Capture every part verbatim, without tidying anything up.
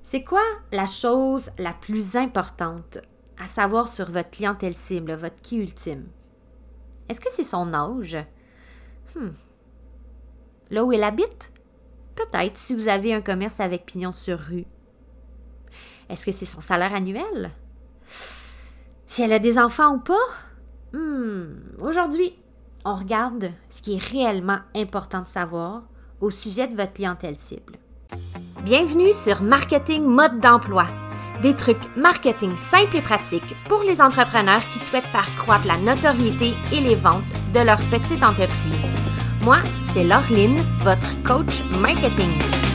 C'est quoi la chose la plus importante à savoir sur votre clientèle cible, votre qui ultime? Est-ce que c'est son âge? Hmm. Là où elle habite? Peut-être si vous avez un commerce avec pignon sur rue. Est-ce que c'est son salaire annuel? Si elle a des enfants ou pas? Hmm. Aujourd'hui, on regarde ce qui est réellement important de savoir au sujet de votre clientèle cible. Bienvenue sur Marketing Mode d'emploi, des trucs marketing simples et pratiques pour les entrepreneurs qui souhaitent faire croître la notoriété et les ventes de leur petite entreprise. Moi, c'est Laureline, votre coach marketing.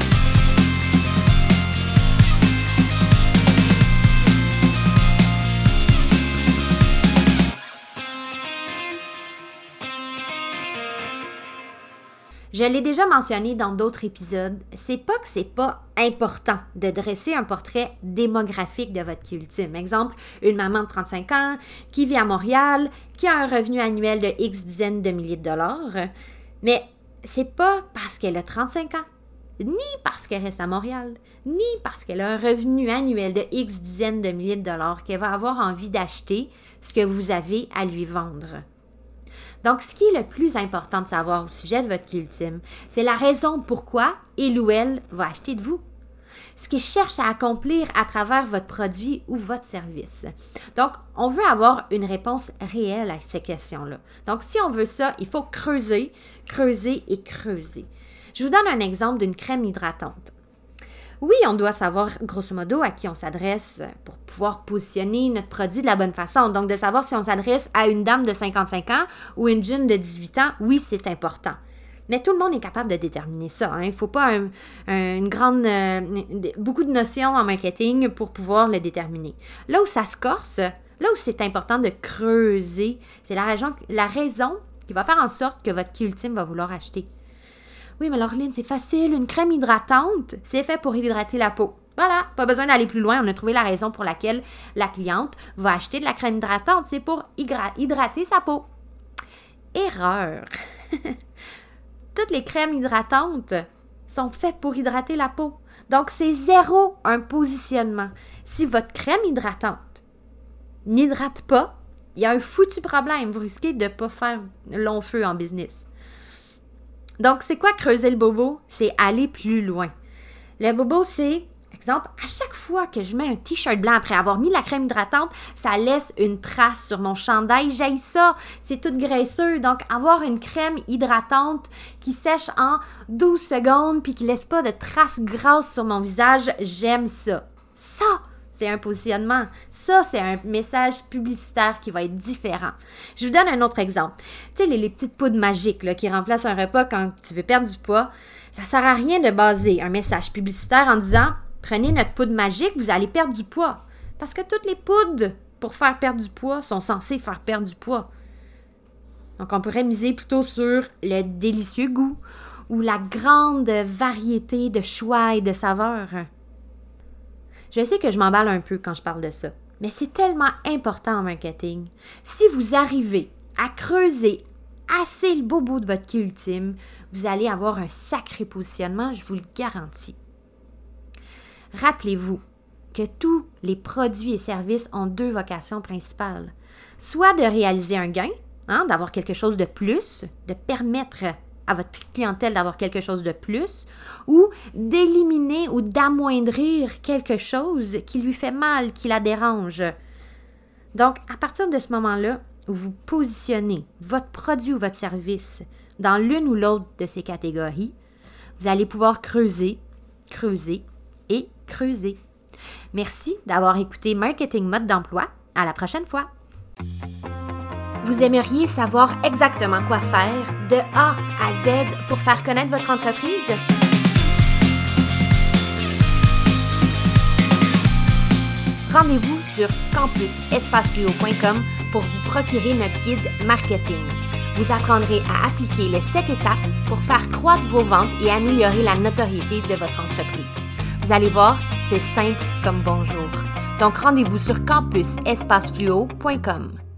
Je l'ai déjà mentionné dans d'autres épisodes, c'est pas que c'est pas important de dresser un portrait démographique de votre qui ultime. Exemple, une maman de trente-cinq ans qui vit à Montréal, qui a un revenu annuel de X dizaines de milliers de dollars. Mais c'est pas parce qu'elle a trente-cinq ans, ni parce qu'elle reste à Montréal, ni parce qu'elle a un revenu annuel de X dizaines de milliers de dollars qu'elle va avoir envie d'acheter ce que vous avez à lui vendre. Donc, ce qui est le plus important de savoir au sujet de votre qui ultime, c'est la raison pourquoi il ou elle va acheter de vous. Ce qu'il cherche à accomplir à travers votre produit ou votre service. Donc, on veut avoir une réponse réelle à ces questions-là. Donc, si on veut ça, il faut creuser, creuser et creuser. Je vous donne un exemple d'une crème hydratante. Oui, on doit savoir grosso modo à qui on s'adresse pour pouvoir positionner notre produit de la bonne façon. Donc, de savoir si on s'adresse à une dame de cinquante-cinq ans ou une jeune de dix-huit ans, oui, c'est important. Mais tout le monde est capable de déterminer ça. Hein. Il ne faut pas un, un, une grande, euh, beaucoup de notions en marketing pour pouvoir le déterminer. Là où ça se corse, là où c'est important de creuser, c'est la raison, la raison qui va faire en sorte que votre qui ultime va vouloir acheter. Oui, mais Laureline, c'est facile. Une crème hydratante, c'est fait pour hydrater la peau. Voilà, pas besoin d'aller plus loin. On a trouvé la raison pour laquelle la cliente va acheter de la crème hydratante. C'est pour hydra- hydrater sa peau. Erreur. Toutes les crèmes hydratantes sont faites pour hydrater la peau. Donc, c'est zéro un positionnement. Si votre crème hydratante n'hydrate pas, il y a un foutu problème. Vous risquez de ne pas faire long feu en business. Donc, c'est quoi creuser le bobo? C'est aller plus loin. Le bobo, c'est, exemple, à chaque fois que je mets un t-shirt blanc après avoir mis la crème hydratante, ça laisse une trace sur mon chandail. J'haïs ça. C'est tout graisseux. Donc, avoir une crème hydratante qui sèche en douze secondes puis qui laisse pas de traces grasses sur mon visage, j'aime ça. Ça, c'est un positionnement. Ça, c'est un message publicitaire qui va être différent. Je vous donne un autre exemple. Tu sais, les, les petites poudres magiques là, qui remplacent un repas quand tu veux perdre du poids, ça ne sert à rien de baser un message publicitaire en disant « Prenez notre poudre magique, vous allez perdre du poids. » Parce que toutes les poudres pour faire perdre du poids sont censées faire perdre du poids. Donc, on pourrait miser plutôt sur le délicieux goût ou la grande variété de choix et de saveurs. Je sais que je m'emballe un peu quand je parle de ça, mais c'est tellement important en marketing. Si vous arrivez à creuser assez le bobo de votre qui ultime, vous allez avoir un sacré positionnement, je vous le garantis. Rappelez-vous que tous les produits et services ont deux vocations principales. Soit de réaliser un gain, hein, d'avoir quelque chose de plus, de permettre à votre clientèle d'avoir quelque chose de plus, ou d'éliminer ou d'amoindrir quelque chose qui lui fait mal, qui la dérange. Donc, à partir de ce moment-là, où vous positionnez votre produit ou votre service dans l'une ou l'autre de ces catégories, vous allez pouvoir creuser, creuser et creuser. Merci d'avoir écouté Marketing Mode d'emploi. À la prochaine fois! Vous aimeriez savoir exactement quoi faire de A à Z pour faire connaître votre entreprise? Rendez-vous sur campus espace fluo point com pour vous procurer notre guide marketing. Vous apprendrez à appliquer les sept étapes pour faire croître vos ventes et améliorer la notoriété de votre entreprise. Vous allez voir, c'est simple comme bonjour. Donc rendez-vous sur campus espace fluo point com.